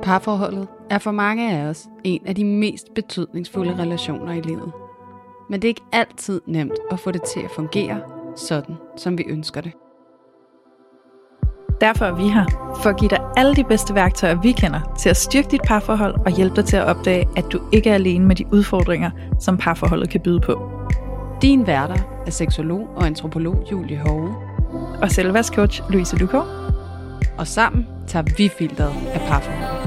Parforholdet er for mange af os en af de mest betydningsfulde relationer i livet. Men det er ikke altid nemt at få det til at fungere sådan, som vi ønsker det. Derfor er vi her, for at give dig alle de bedste værktøjer, vi kender, til at styrke dit parforhold og hjælpe dig til at opdage, at du ikke er alene med de udfordringer, som parforholdet kan byde på. Din værter er seksolog og antropolog Julie Hove. Og selvværdscoach Louise Luko. Og sammen tager vi filteret af parforholdet.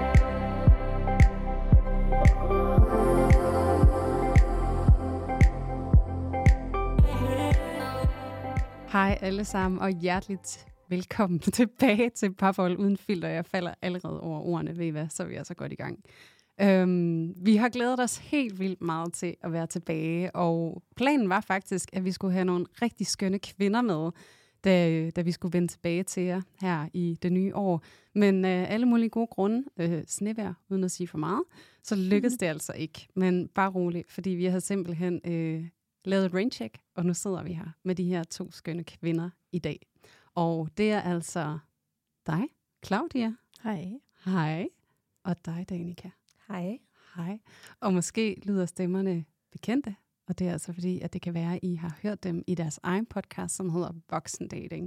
Hej alle sammen, og hjerteligt velkommen tilbage til Parforhold Uden Filter. Jeg falder allerede over ordene, ved I hvad, så er vi altså godt i gang. Vi har glædet os helt vildt meget til at være tilbage, og planen var faktisk, at vi skulle have nogle rigtig skønne kvinder med, da vi skulle vende tilbage til jer her i det nye år. Men alle mulige gode grunde, snevejr uden at sige for meget, så lykkedes det altså ikke. Men bare roligt, fordi vi har simpelthen lavet et raincheck, og nu sidder vi her med de her 2 skønne kvinder i dag. Og det er altså dig, Claudia. Hej. Hej. Og dig, Danica. Hej. Hej. Og måske lyder stemmerne bekendte, og det er altså fordi, at det kan være, at I har hørt dem i deres egen podcast, som hedder Voksendating.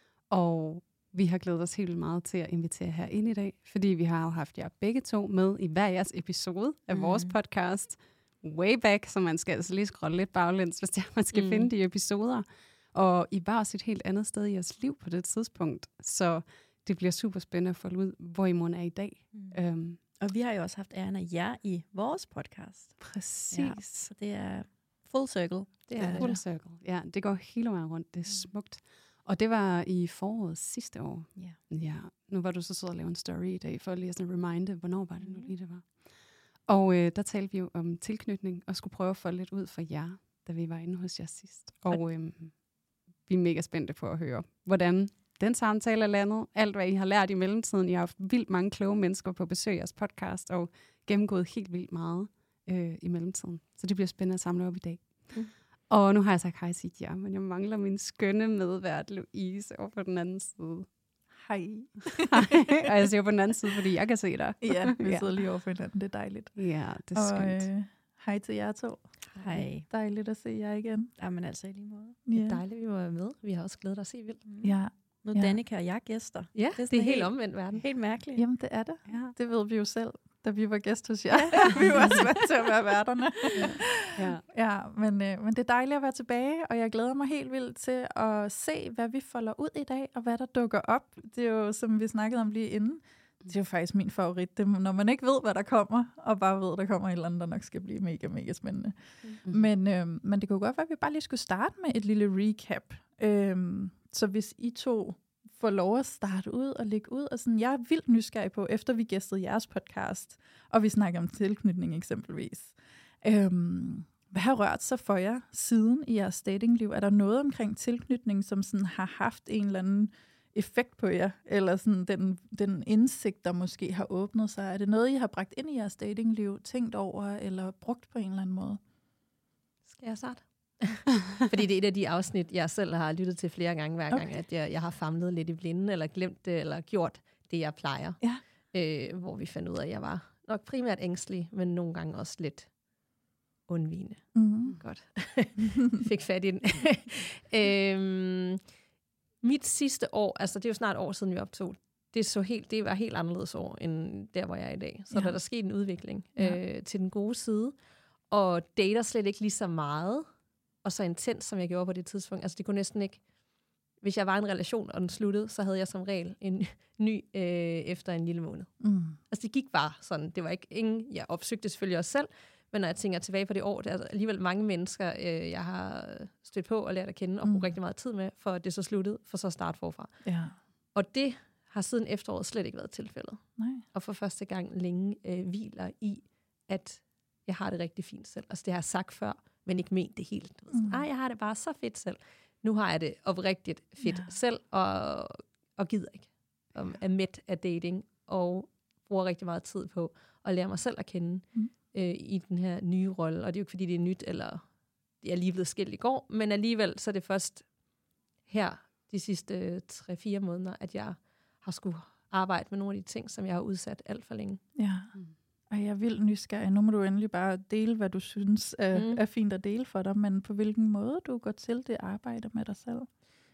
Og vi har glædet os helt meget til at invitere her ind i dag, fordi vi har jo haft jer begge 2 med i hver jeres episode af vores podcast, way back, så man skal altså lige scrolle lidt baglæns, hvis man skal finde de episoder. Og I var også et helt andet sted i jeres liv på det tidspunkt, så det bliver super spændende at folde ud, hvor I måden er i dag. Og vi har jo også haft æren af jer i vores podcast. Præcis. Ja, så det er full circle. Det er full circle. Ja, det går hele vejen rundt. Det er smukt. Og det var i foråret sidste år. Ja. Nu var du så sød at lave en story i dag, for lige sådan at reminde, hvornår var det nu lige, det var. Og der talte vi jo om tilknytning, og skulle prøve at folde lidt ud for jer, da vi var inde hos jer sidst. Og vi er mega spændte på at høre, hvordan den samtale er landet. Alt, hvad I har lært i mellemtiden. I har haft vildt mange kloge mennesker på besøg i jeres podcast, og gennemgået helt vildt meget i mellemtiden. Så det bliver spændende at samle op i dag. Og nu har jeg sagt hej til jer, men jeg mangler min skønne medvært Louise over på den anden side. Hej. Og jeg siger på den anden side, fordi jeg kan se dig. Ja, vi sidder lige over for hinanden. Det er dejligt. Ja, det er skønt. Hej til jer 2. Hej. Dejligt at se jer igen. Jamen altså i lige måde. Ja. Det er dejligt, vi må være med. Vi har også glædet os helt vildt. Ja. Nu er Danica og jeg gæster. Ja, det er helt omvendt verden. Helt mærkeligt. Jamen, det er det. Ja. Det ved vi jo selv, da vi var gæst hos jer. Vi var svært til at være værterne. Ja, men det er dejligt at være tilbage, og jeg glæder mig helt vildt til at se, hvad vi folder ud i dag, og hvad der dukker op. Det er jo, som vi snakkede om lige inden, det er jo faktisk min favorit. Det er, når man ikke ved, hvad der kommer, og bare ved, at der kommer et eller andet, der nok skal blive mega, mega spændende. Men det kunne godt være, at vi bare lige skulle starte med et lille recap. Så hvis I 2 får lov at starte ud og lægge ud, og sådan, jeg er vildt nysgerrig på, efter vi gæstede jeres podcast, og vi snakker om tilknytning eksempelvis. Hvad har rørt sig for jer siden i jeres datingliv? Er der noget omkring tilknytning, som sådan har haft en eller anden effekt på jer, eller sådan den indsigt, der måske har åbnet sig? Er det noget, I har bragt ind i jeres datingliv, tænkt over, eller brugt på en eller anden måde? Skal jeg starte? Fordi det er et af de afsnit, jeg selv har lyttet til flere gange, hver gang, at jeg har famlet lidt i blinde, eller glemt det, eller gjort det, jeg plejer. Ja. Hvor vi fandt ud af, at jeg var nok primært ængstelig, men nogle gange også lidt undvigende. Godt. Fik fat i den. Mit sidste år, altså det er jo snart år siden vi optog, det var helt anderledes år, end der, hvor jeg er i dag. Så der er sket en udvikling til den gode side, og dater slet ikke lige så meget, og så intens, som jeg gjorde på det tidspunkt. Altså det kunne næsten ikke, hvis jeg var i en relation, og den sluttede, så havde jeg som regel en ny efter en lille måned. Altså det gik bare sådan, det var ikke ingen, jeg opsøgte selvfølgelig også selv, men når jeg tænker tilbage på det år, det er alligevel mange mennesker, jeg har stødt på og lært at kende, og brugt rigtig meget tid med, for at det så sluttede, for så at starte forfra. Ja. Og det har siden efteråret slet ikke været tilfældet. Nej. Og for første gang længe hviler i, at jeg har det rigtig fint selv. Altså det har jeg sagt før, men ikke ment det helt. Jeg har det bare så fedt selv. Nu har jeg det oprigtigt fedt selv, og gider ikke. Er mæt af dating, og bruger rigtig meget tid på at lære mig selv at kende i den her nye rolle. Og det er jo ikke, fordi det er nyt, eller jeg er lige blevet skilt i går, men alligevel så er det først her de sidste 3-4 måneder, at jeg har skulle arbejde med nogle af de ting, som jeg har udsat alt for længe. Ja. Og jeg er vildt nysgerrig. Nu må du endelig bare dele, hvad du synes er fint at dele for dig, men på hvilken måde du går til det arbejde med dig selv?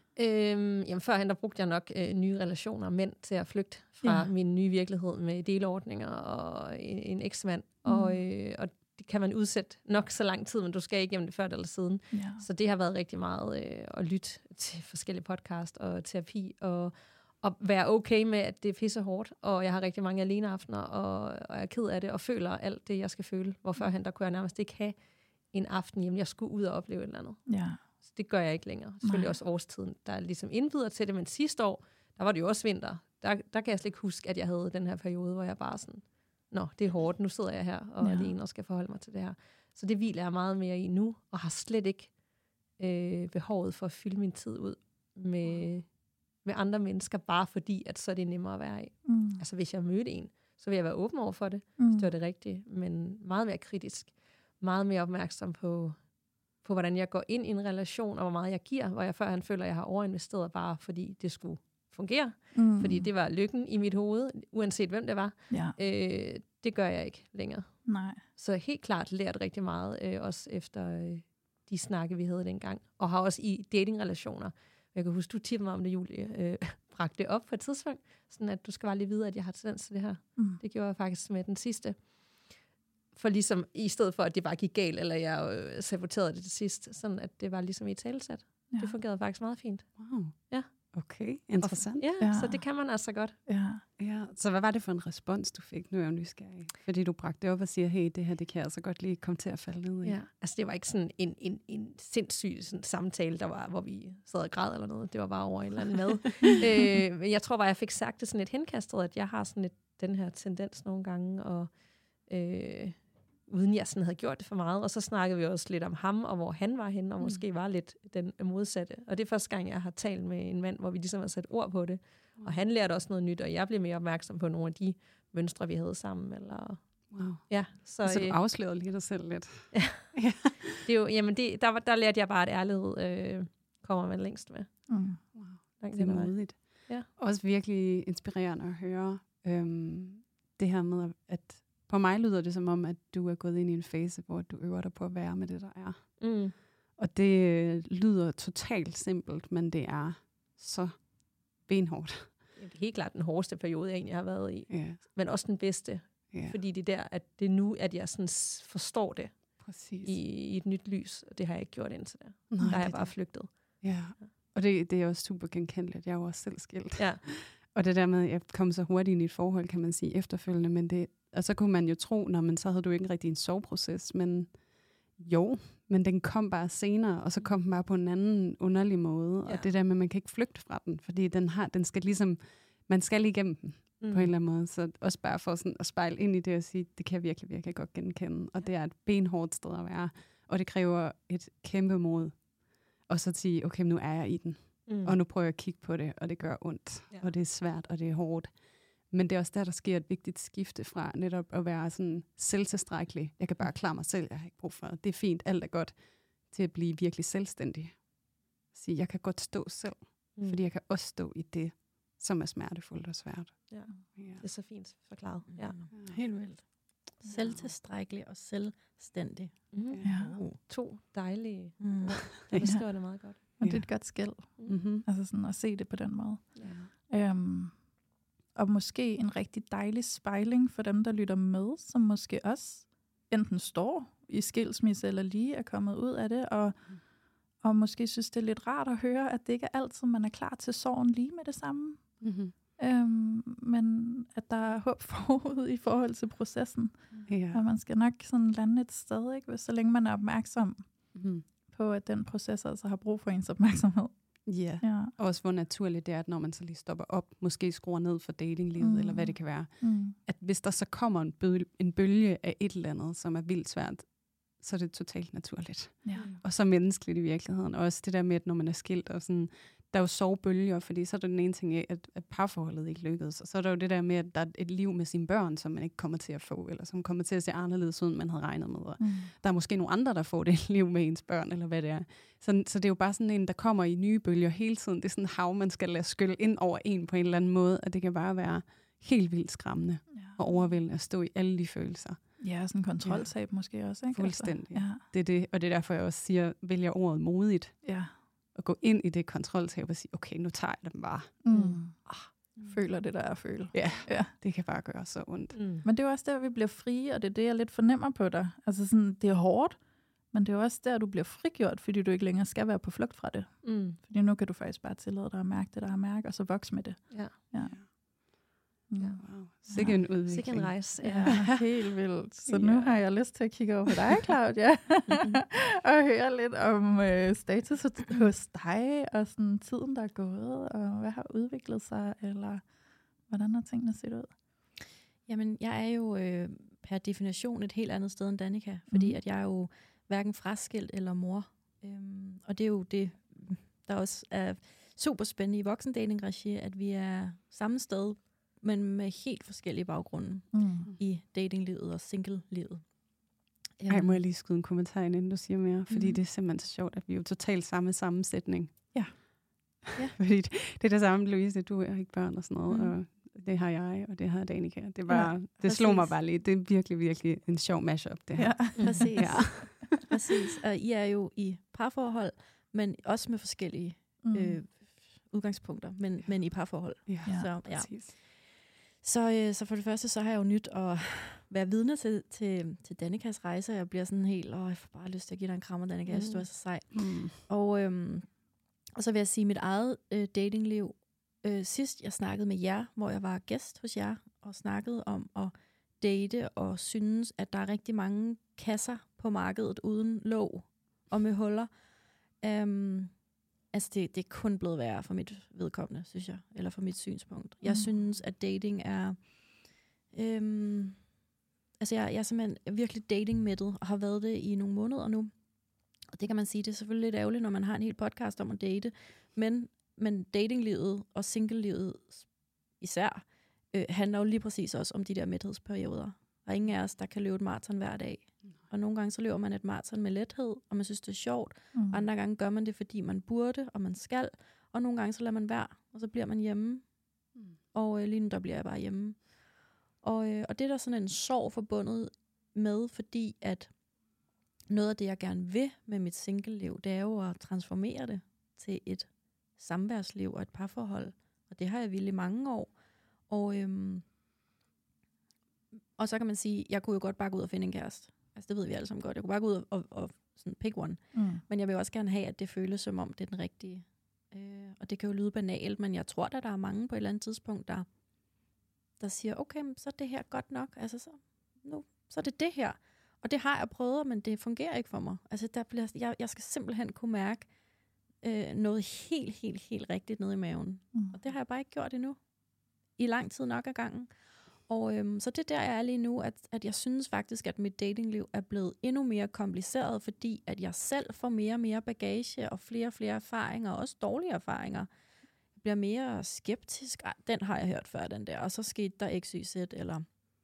Jamen førhen, der brugte jeg nok nye relationer og mænd til at flygte fra min nye virkelighed med delordninger og en eksmand. Og det kan man udsætte nok så lang tid, men du skal ikke igennem det før eller siden. Ja. Så det har været rigtig meget at lytte til forskellige podcast og terapi og være okay med, at det er pisse hårdt, og jeg har rigtig mange aleneaftener, og jeg er ked af det, og føler alt det, jeg skal føle. Hvor førhen, der kunne jeg nærmest ikke have en aften hjemme. Jeg skulle ud og opleve et eller andet. Ja. Så det gør jeg ikke længere. Selvfølgelig også årstiden, der ligesom indbyder til det, men sidste år, der var det jo også vinter. Der kan jeg slet ikke huske, at jeg havde den her periode, hvor jeg bare sådan, det er hårdt, nu sidder jeg her og alene og skal forholde mig til det her. Så det hviler jeg meget mere i nu, og har slet ikke behovet for at fylde min tid ud med andre mennesker, bare fordi, at så er det nemmere at være i. Altså, hvis jeg mødte en, så vil jeg være åben over for det, hvis det var det rigtige, men meget mere kritisk, meget mere opmærksom på hvordan jeg går ind i en relation, og hvor meget jeg giver, hvor jeg førhen føler, at jeg har overinvesteret, bare fordi det skulle fungere, fordi det var lykken i mit hoved, uanset hvem det var. Ja. Det gør jeg ikke længere. Nej. Så helt klart lært rigtig meget, også efter de snakke, vi havde dengang, og har også i datingrelationer. Jeg kan huske, du tippede mig om det, Julie, bragte det op på et tidspunkt, sådan at du skal bare lige vide, at jeg har tendens til det her. Det gjorde jeg faktisk med den sidste. For ligesom, i stedet for, at det bare gik galt, eller jeg saboterede det til sidst, sådan at det var ligesom i talesat. Ja. Det fungerede faktisk meget fint. Wow. Ja. Okay, interessant. Ja, så det kan man altså godt. Ja. Så hvad var det for en respons, du fik? Nu er jeg nysgerrig. Fordi du bragte det op og siger, hey, det her, det kan jeg altså godt lige komme til at falde ned i. Ja, altså det var ikke sådan en sindssyg sådan samtale, der var, hvor vi sad og græd eller noget. Det var bare over en eller anden mad. Men jeg tror bare, jeg fik sagt det sådan lidt henkastet, at jeg har sådan lidt den her tendens nogle gange, og uden jeg sådan havde gjort det for meget. Og så snakkede vi også lidt om ham, og hvor han var henne, og måske var lidt den modsatte. Og det er første gang, jeg har talt med en mand, hvor vi ligesom har sat ord på det. Og han lærte også noget nyt, og jeg blev mere opmærksom på nogle af de mønstre, vi havde sammen. Eller ja, så du afslørede lige dig selv lidt. Ja. Det er jo, jamen der lærte jeg bare, at ærlighed kommer man længst med. Wow. Det er modigt. Ja. Også virkelig inspirerende at høre det her med, at på mig lyder det som om, at du er gået ind i en fase, hvor du øver dig på at være med det, der er. Og det lyder totalt simpelt, men det er så benhårdt. Det er helt klart den hårdeste periode, jeg egentlig har været i. Yeah. Men også den bedste. Yeah. Fordi det er der, at det er nu, at jeg sådan forstår det. Præcis. I et nyt lys. Og det har jeg ikke gjort indtil der. Der har jeg bare flygtet. Ja. Og det er også super genkendeligt. Jeg er jo også selv skilt. Ja. Og det der med, at jeg kom så hurtigt ind i et forhold, kan man sige, efterfølgende. Men og så kunne man jo tro, men så havde du ikke rigtig en soveproces. Men men den kom bare senere, og så kom den bare på en anden underlig måde. Ja. Og det der med, at man kan ikke flygte fra den, fordi den skal ligesom, man skal igennem den på en eller anden måde. Så også bare for sådan at spejle ind i det og sige, det kan jeg virkelig, virkelig godt genkende. Og det er et benhårdt sted at være. Og det kræver et kæmpe mod. Og så sige, okay, nu er jeg i den. Og nu prøver jeg at kigge på det, og det gør ondt. Ja. Og det er svært, og det er hårdt. Men det er også der sker et vigtigt skifte fra netop at være sådan selvtilstrækkelig. Jeg kan bare klare mig selv, jeg har ikke brug for det. Det er fint, alt er godt. Til at blive virkelig selvstændig. Sige, jeg kan godt stå selv, fordi jeg kan også stå i det, som er smertefuldt og svært. Ja. Det er så fint forklaret. Ja. Helt vildt. Selvtilstrækkelig og selvstændig. Ja. 2 dejlige det beskriver det meget godt. Og det er et godt skel. Altså sådan at se det på den måde. Ja. Og måske en rigtig dejlig spejling for dem, der lytter med, som måske også enten står i skilsmisse eller lige er kommet ud af det, og måske synes, det er lidt rart at høre, at det ikke er altid, man er klar til sorgen lige med det samme. Men at der er håb forud i forhold til processen. Ja. Og man skal nok sådan lande et sted, ikke? Så længe man er opmærksom på, at den proces altså har brug for ens opmærksomhed. Ja, og også hvor naturligt det er, at når man så lige stopper op, måske skruer ned for datinglivet, eller hvad det kan være, at hvis der så kommer en bølge af et eller andet, som er vildt svært, så er det totalt naturligt. Ja. Og så menneskeligt i virkeligheden. Og også det der med, at når man er skilt, og sådan, der er jo sorgbølger, fordi så er der den ene ting, at parforholdet ikke lykkedes. Og så er der jo det der med, at der er et liv med sine børn, som man ikke kommer til at få, eller som kommer til at se anderledes ud, end man havde regnet med. Og der er måske nogle andre, der får det liv med ens børn, eller hvad det er. Så det er jo bare sådan en, der kommer i nye bølger hele tiden. Det er sådan en hav, man skal lade skylle ind over en på en eller anden måde, at det kan bare være helt vildt skræmmende og overvældende at stå i alle de følelser. Ja, sådan en kontroltab måske også, ikke? Fuldstændig. Altså, Det er det, og det er derfor, jeg også vælger ordet modigt. Ja. At gå ind i det kontroltab og sige, okay, nu tager jeg dem bare. Føler det, der er at føle. Ja, det kan bare gøre så ondt. Men det er jo også der, vi bliver frie, og det er det, jeg lidt fornemmer på dig. Altså sådan, det er hårdt, men det er også der, du bliver frigjort, fordi du ikke længere skal være på flugt fra det. Fordi nu kan du faktisk bare tillade dig at mærke det, der er mærke, og så vokse med det. Ja. Wow. Sikke en udvikling. Sikke en rejse. Ja, helt vildt. Så nu har jeg lyst til at kigge over på dig, Claudia, og høre lidt om status hos dig, og sådan tiden, der er gået, og hvad har udviklet sig, eller hvordan har tingene set ud? Jamen, jeg er jo per definition et helt andet sted end Danica, fordi at jeg er jo hverken fraskilt eller mor. Og det er jo det, der også er super spændende i voksendating-regi, at vi er samme sted, men med helt forskellige baggrunde i datinglivet og single-livet. Ej, må jeg lige skyde en kommentar ind, inden du siger mere? Fordi det er simpelthen så sjovt, at vi er jo totalt samme sammensætning. Ja. Fordi det er det samme, Louise, du har ikke børn og sådan noget, og det har jeg, og det har Danica. Det, det slog mig bare lige. Det er virkelig, virkelig en sjov mashup, det her. Ja, præcis. Præcis. Og I er jo i parforhold, men også med forskellige udgangspunkter, men i parforhold. Ja, så, præcis. Så for det første, så har jeg jo nyt at være vidne til Danikas rejse, og jeg bliver sådan helt, jeg får bare lyst til at give dig en krammer, Danica, jeg synes, du er så sej. Og så vil jeg sige, mit eget datingliv, sidst jeg snakkede med jer, hvor jeg var gæst hos jer, og snakkede om at date, og synes, at der er rigtig mange kasser på markedet uden låg og med huller. Altså, det er kun blevet værre for mit vedkommende, synes jeg, eller for mit synspunkt. Jeg synes, at dating er... jeg er simpelthen virkelig datingmættet, og har været det i nogle måneder nu. Og det kan man sige, det er selvfølgelig lidt ærgerligt, når man har en hel podcast om at date. Men datinglivet og singlelivet især, handler jo lige præcis også om de der mæthedsperioder. Der er ingen af os, der kan løbe et maraton hver dag. Og nogle gange så løber man et maraton med lethed, og man synes, det er sjovt. Andre gange gør man det, fordi man burde, og man skal. Og nogle gange så lader man være, og så bliver man hjemme. Og lige nu, der bliver jeg bare hjemme. Og det er der sådan en sorg forbundet med, fordi at noget af det, jeg gerne vil med mit single-liv, det er jo at transformere det til et samværsliv og et parforhold. Og det har jeg villet i mange år. Og så kan man sige, jeg kunne jo godt bare gå ud og finde en kæreste. Altså det ved vi alle sammen godt. Jeg kunne bare gå ud og sådan pick one. Men jeg vil også gerne have, at det føles som om, det er den rigtige. Og det kan jo lyde banalt, men jeg tror, at der er mange på et eller andet tidspunkt, der siger, okay, så er det her godt nok. Altså så er det det her. Og det har jeg prøvet, men det fungerer ikke for mig. Altså jeg skal simpelthen kunne mærke noget helt rigtigt nede i maven. Og det har jeg bare ikke gjort endnu. I lang tid nok ad gangen. Og så det er der, jeg er lige nu, at jeg synes faktisk, at mit datingliv er blevet endnu mere kompliceret, fordi at jeg selv får mere og mere bagage og flere erfaringer, og også dårlige erfaringer. Jeg bliver mere skeptisk. Den har jeg hørt før, den der. Og så skete der XYZ, eller...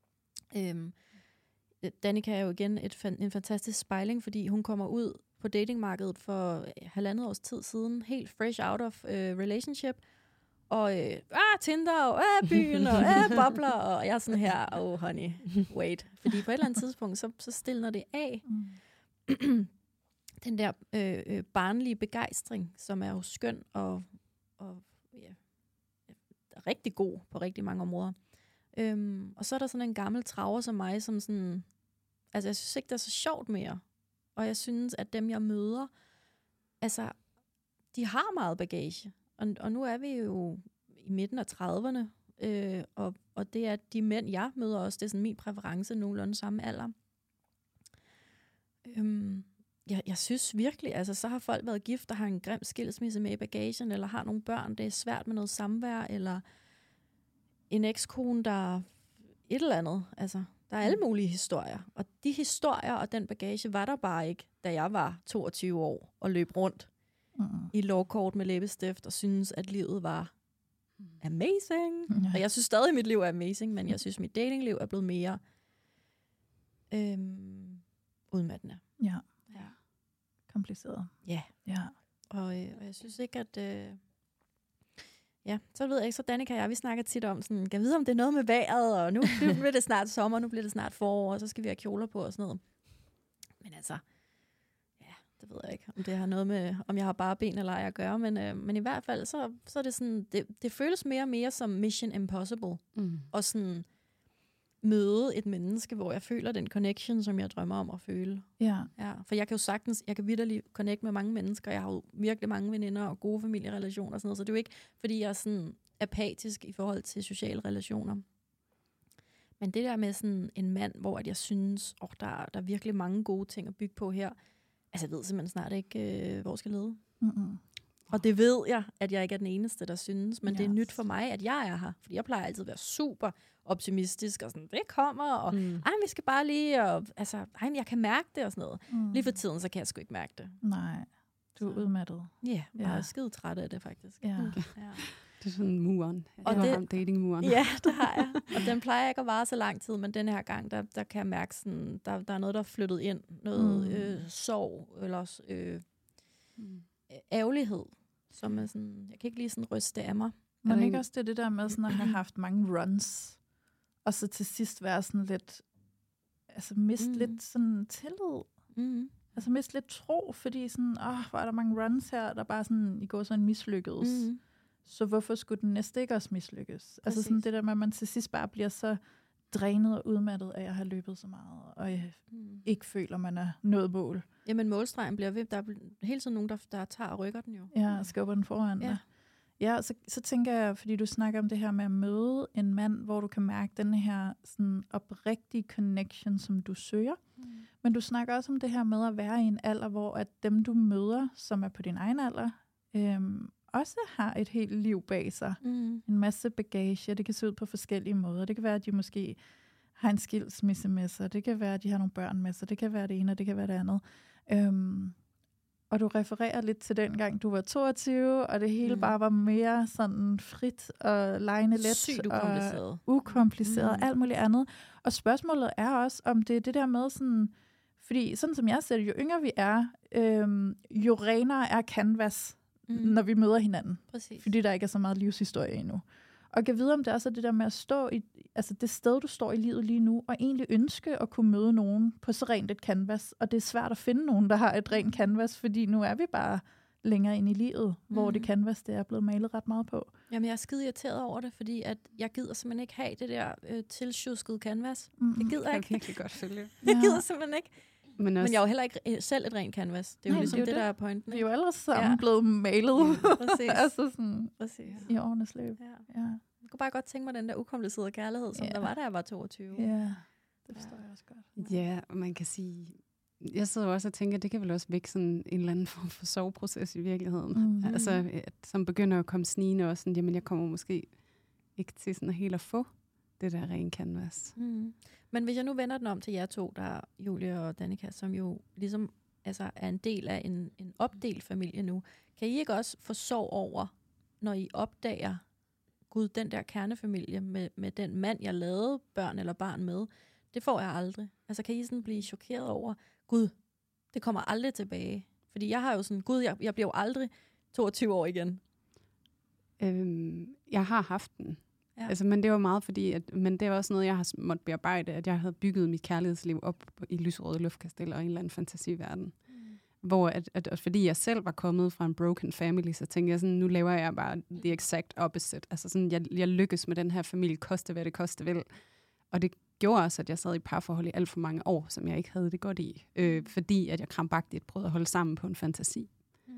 Danica er jo igen en fantastisk spejling, fordi hun kommer ud på datingmarkedet for 1,5 års tid siden, helt fresh out of relationship, og Tinder, og byen, og bobler, og jeg er sådan her, honey, wait. Fordi på et eller andet tidspunkt, så stiller det af. Den der barnlige begejstring, som er jo skøn og rigtig god på rigtig mange områder. Og så er der sådan en gammel traver som mig, som sådan, altså jeg synes ikke, det er så sjovt mere. Og jeg synes, at dem jeg møder, altså, de har meget bagage. Og nu er vi jo i midten af 30'erne, og det er de mænd, jeg møder også, det er sådan min præference, nogenlunde samme alder. Jeg synes virkelig, altså så har folk været gift, der har en grim skilsmisse med i bagagen, eller har nogle børn, det er svært med noget samvær, eller en ekskone, der et eller andet. Altså, der er alle mulige historier. Og de historier og den bagage var der bare ikke, da jeg var 22 år og løb rundt i lovkort med læbestift, og synes, at livet var amazing. Og jeg synes stadig, at mit liv er amazing, men jeg synes, at mit datingliv er blevet mere udmattende. Ja. Kompliceret. Ja. Og jeg synes ikke, at... så ved jeg ikke, så Danika og jeg, vi snakker tit om, sådan, kan vide, om det er noget med vejret, og nu bliver det snart sommer, nu bliver det snart forår, og så skal vi have kjoler på og sådan noget. Men altså, det ved jeg ikke, om det har noget med, om jeg har bare ben eller ej at gøre, men i hvert fald, så er det sådan, det føles mere og mere som Mission Impossible, og sådan møde et menneske, hvor jeg føler den connection, som jeg drømmer om at føle. Ja, for jeg kan jo sagtens, jeg kan vitterligt connecte med mange mennesker, jeg har jo virkelig mange veninder og gode familierelationer og sådan noget, så det er jo ikke, fordi jeg er sådan apatisk i forhold til sociale relationer. Men det der med sådan en mand, hvor at jeg synes, der er virkelig mange gode ting at bygge på her, altså jeg ved simpelthen snart ikke, hvor jeg skal lede. Og det ved jeg, at jeg ikke er den eneste, der synes, men det er nyt for mig, at jeg er her, fordi jeg plejer altid at være super optimistisk, og sådan, det kommer, og vi skal bare lige, og altså, jeg kan mærke det, og sådan noget. Lige for tiden, så kan jeg sgu ikke mærke det. Nej, du er udmattet. Ja, jeg er skide træt af det, faktisk. Ja. Det er sådan muren. Og det har dating-muren. Ja, det har jeg. Og den plejer ikke at vare så lang tid, men den her gang, der kan jeg mærke, sådan, der er noget, der er flyttet ind. Noget sorg, eller ærgerlighed, som er sådan, jeg kan ikke lige sådan ryste af mig. Men ikke også det der med sådan at have haft mange runs, og så til sidst være sådan lidt, altså miste lidt sådan tillid. Altså miste lidt tro, fordi sådan, hvor er der mange runs her, der bare sådan, i går sådan mislykkedes. Så hvorfor skulle den næste ikke også mislykkes? Præcis. Altså sådan det der med, at man til sidst bare bliver så drænet og udmattet af at have løbet så meget, og jeg ikke føler, man er nået mål. Jamen målstregen bliver ved, der er hele tiden nogen, der tager og rykker den jo. Ja, og skubber den foran dig. Ja, så tænker jeg, fordi du snakker om det her med at møde en mand, hvor du kan mærke den her sådan oprigtige connection, som du søger. Men du snakker også om det her med at være i en alder, hvor at dem du møder, som er på din egen alder, også har et helt liv bag sig. En masse bagage, det kan se ud på forskellige måder. Det kan være, at de måske har en skilsmisse med sig. Det kan være, at de har nogle børn med sig. Det kan være det ene, og det kan være det andet. Og du refererer lidt til den gang, du var 22, og det hele bare var mere sådan frit og legende let. Sygt ukompliceret. Og ukompliceret, alt muligt andet. Og spørgsmålet er også, om det er det der med sådan, fordi sådan som jeg ser det, jo yngre vi er, jo renere er canvas, når vi møder hinanden. Præcis. Fordi der ikke er så meget livshistorie endnu. Og kan vide, om det også er det der med at stå i, altså det sted, du står i livet lige nu, og egentlig ønske at kunne møde nogen på så rent et canvas. Og det er svært at finde nogen, der har et rent canvas, fordi nu er vi bare længere ind i livet, hvor det canvas, det er blevet malet ret meget på. Jamen, jeg er skide irriteret over det, fordi at jeg gider simpelthen ikke have det der tilsjuskede canvas. Det gider jeg ikke. Jeg kan virkelig godt følge. Jeg gider simpelthen ikke. Men jeg er jo heller ikke selv et rent canvas. Det er jo ligesom det, der er pointen. Vi er jo allerede sammen blevet malet. Præcis. Altså sådan, i årenes løb. Ja. Jeg kunne bare godt tænke mig den der ukomplicerede kærlighed, som der var, da jeg var 22. Ja, det forstår jeg også godt. Ja, og man kan sige, jeg sidder også og tænker, at det kan vel også vække sådan en eller anden form for soveproces i virkeligheden. Altså, som begynder at komme snigende og sådan, jamen jeg kommer måske ikke til sådan helt at få det der ren canvas. Men hvis jeg nu vender den om til jer to, der er Julie og Danika, som jo ligesom altså, er en del af en opdelt familie nu, kan I ikke også få sorg over, når I opdager, gud, den der kernefamilie med den mand, jeg lavede børn eller barn med, det får jeg aldrig. Altså kan I sådan blive chokeret over, gud, det kommer aldrig tilbage. Fordi jeg har jo sådan, gud, jeg bliver jo aldrig 22 år igen. Jeg har haft den. Ja. Altså, men det var meget fordi, men det var også noget, jeg har måttet bearbejde, at jeg havde bygget mit kærlighedsliv op i lyserøde luftkasteller og en eller anden fantasiverden. Hvor at fordi jeg selv var kommet fra en broken family, så tænkte jeg sådan, nu laver jeg bare the exact opposite. Altså sådan, jeg lykkes med den her familie, koste hvad det koste vil. Og det gjorde også, at jeg sad i parforhold i alt for mange år, som jeg ikke havde det godt i. Fordi at jeg krampagtigt prøvede at holde sammen på en fantasi.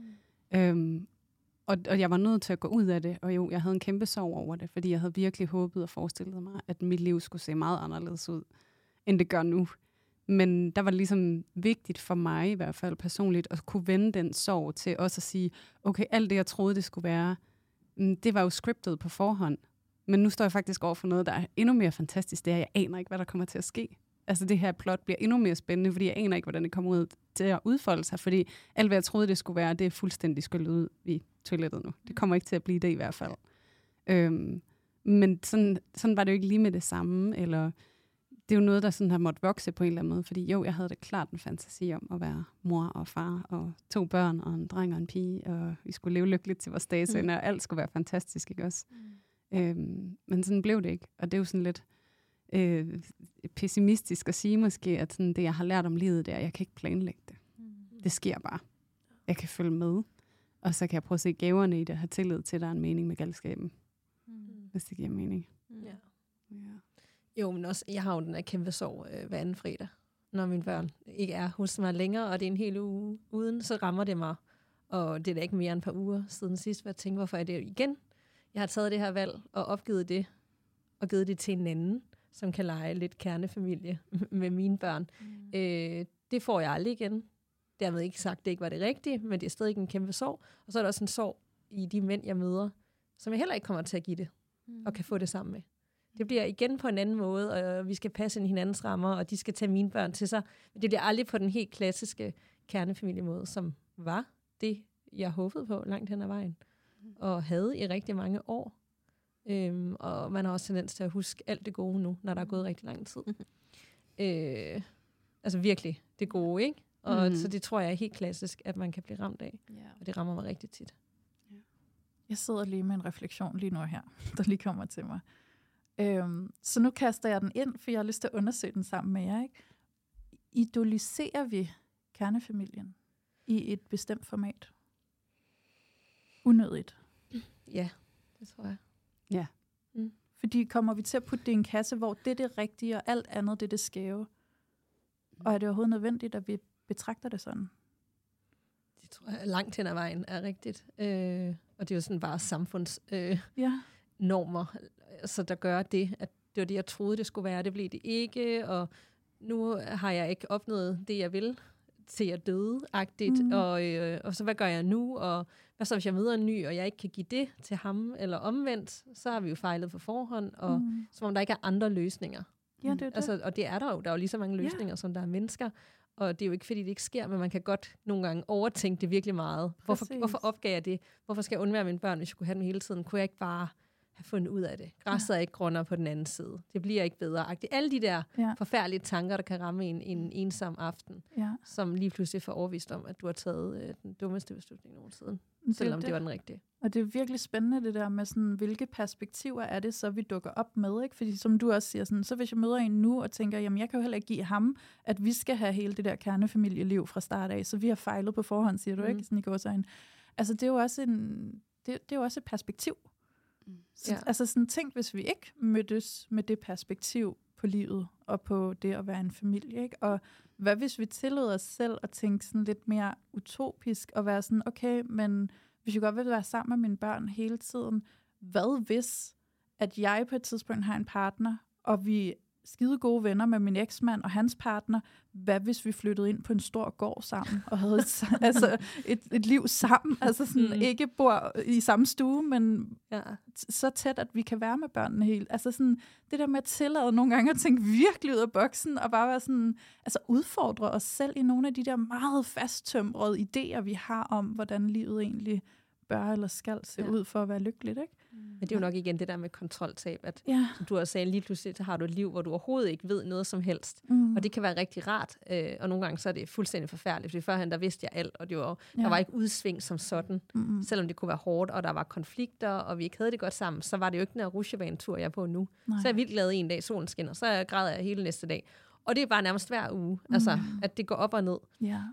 Og jeg var nødt til at gå ud af det, og jo, jeg havde en kæmpe sorg over det, fordi jeg havde virkelig håbet og forestillet mig, at mit liv skulle se meget anderledes ud, end det gør nu. Men der var ligesom vigtigt for mig i hvert fald personligt, at kunne vende den sorg til også at sige, okay, alt det, jeg troede, det skulle være, det var jo scriptet på forhånd. Men nu står jeg faktisk over for noget, der er endnu mere fantastisk. Det er, jeg aner ikke, hvad der kommer til at ske. Altså det her plot bliver endnu mere spændende, fordi jeg aner ikke, hvordan det kommer til at udfolde sig, fordi alt, hvad jeg troede, det skulle være, det er fuldstændig skyllet ud i toilettet nu. Det kommer ikke til at blive det i hvert fald. Men sådan var det jo ikke lige med det samme, eller det er jo noget, der sådan har måttet vokse på en eller anden måde, fordi jo, jeg havde da klart en fantasi om at være mor og far, og 2 børn, og en dreng og en pige, og vi skulle leve lykkeligt til vores dages ende, og alt skulle være fantastisk, ikke også? Men sådan blev det ikke, og det er jo sådan lidt pessimistisk at sige måske, at sådan det, jeg har lært om livet, det er, at jeg kan ikke planlægge det. Det sker bare. Jeg kan følge med, og så kan jeg prøve at se gaverne i det, og have tillid til, at der er en mening med galskaben. Hvis det giver mening. Ja. Jo, men også, jeg har jo den her kæmpe sorg hver anden fredag, når mine børn ikke er hos mig længere, og det er en hel uge uden, så rammer det mig. Og det er da ikke mere end et par uger siden sidst, hvor jeg tænkte, hvorfor er det igen? Jeg har taget det her valg og opgivet det, og givet det til en anden, som kan lege lidt kernefamilie med mine børn. Det får jeg aldrig igen. Dermed ikke sagt, at det ikke var det rigtige, men det er stadig en kæmpe sorg. Og så er der også en sorg i de mænd, jeg møder, som jeg heller ikke kommer til at give det, og kan få det sammen med. Det bliver igen på en anden måde, og vi skal passe ind i hinandens rammer, og de skal tage mine børn til sig. Men det bliver aldrig på den helt klassiske kernefamiliemåde, som var det, jeg håbede på langt hen ad vejen, og havde i rigtig mange år. Og man har også tendens til at huske alt det gode nu, når der er gået rigtig lang tid. Altså virkelig det gode, ikke? Og så det tror jeg er helt klassisk, at man kan blive ramt af. Og det rammer mig rigtig tit. Jeg sidder lige med en refleksion lige nu her, der lige kommer til mig. Så nu kaster jeg den ind, for jeg har lyst til at undersøge den sammen med jer. Ikke? Idoliserer vi kernefamilien i et bestemt format? Unødigt. Ja, det tror jeg. Ja. Fordi kommer vi til at putte det i en kasse, hvor det er det rigtige, og alt andet det er det skæve? Og er det overhovedet nødvendigt, at vi betragter det sådan? Det tror jeg langt hen ad vejen er rigtigt. Og det er jo sådan bare samfunds normer, så der gør det, at det var det, jeg troede, det skulle være. Det blev det ikke, og nu har jeg ikke opnået det, jeg vil, til jeg døde-agtigt. Og så hvad gør jeg nu? Og hvad så, hvis jeg møder en ny, og jeg ikke kan give det til ham, eller omvendt, så har vi jo fejlet på forhånd, og som om der ikke er andre løsninger. Ja, det er det. Altså, og det er der jo. Der er jo lige så mange løsninger, som der er mennesker. Og det er jo ikke, fordi det ikke sker, men man kan godt nogle gange overtænke det virkelig meget. Hvorfor opgav jeg det? Hvorfor skal jeg undvære mine børn, hvis jeg kunne have dem hele tiden? Kunne jeg ikke bare have fundet ud af det? Græsset er ikke grønnere på den anden side. Det bliver ikke bedre. Alle de der forfærdelige tanker, der kan ramme en ensom aften, som lige pludselig får overvist om, at du har taget den dummeste beslutning nogensinde, selvom det var den rigtige. Og det er virkelig spændende det der med, sådan, hvilke perspektiver er det, så vi dukker op med. Ikke? Fordi som du også siger, sådan, så hvis jeg møder en nu og tænker, jamen jeg kan jo heller ikke give ham, at vi skal have hele det der kernefamilieliv fra start af, så vi har fejlet på forhånd, siger du ikke? Sådan i gåseøjne. Altså det er jo også det er jo også et perspektiv. Så, altså sådan tænk, hvis vi ikke mødtes med det perspektiv på livet og på det at være en familie, ikke? Og hvad hvis vi tillod os selv at tænke sådan lidt mere utopisk og være sådan, okay, men hvis jeg godt vil være sammen med mine børn hele tiden, hvad hvis, at jeg på et tidspunkt har en partner, og vi skide gode venner med min eksmand og hans partner, hvad hvis vi flyttede ind på en stor gård sammen, og havde et liv sammen, altså sådan ikke bor i samme stue, men så tæt, at vi kan være med børnene helt. Altså sådan, det der med at tillade nogle gange at tænke virkelig ud af boksen, og bare være sådan, altså udfordre os selv i nogle af de der meget fasttømrede idéer, vi har om, hvordan livet egentlig bør eller skal se ud for at være lykkeligt, ikke? Men det er jo nok igen det der med kontroltab, at som du også sagde, lige pludselig så har du et liv, hvor du overhovedet ikke ved noget som helst. Og det kan være rigtig rart, og nogle gange så er det fuldstændig forfærdeligt, fordi førhen der vidste jeg alt, og det var, der var ikke udsving som sådan, selvom det kunne være hårdt, og der var konflikter, og vi ikke havde det godt sammen, så var det jo ikke den her rutsjebanetur, jeg er på nu. Så er jeg vildt glad en dag, solen skinner, så græder jeg hele næste dag. Og det er bare nærmest hver uge, altså, at det går op og ned.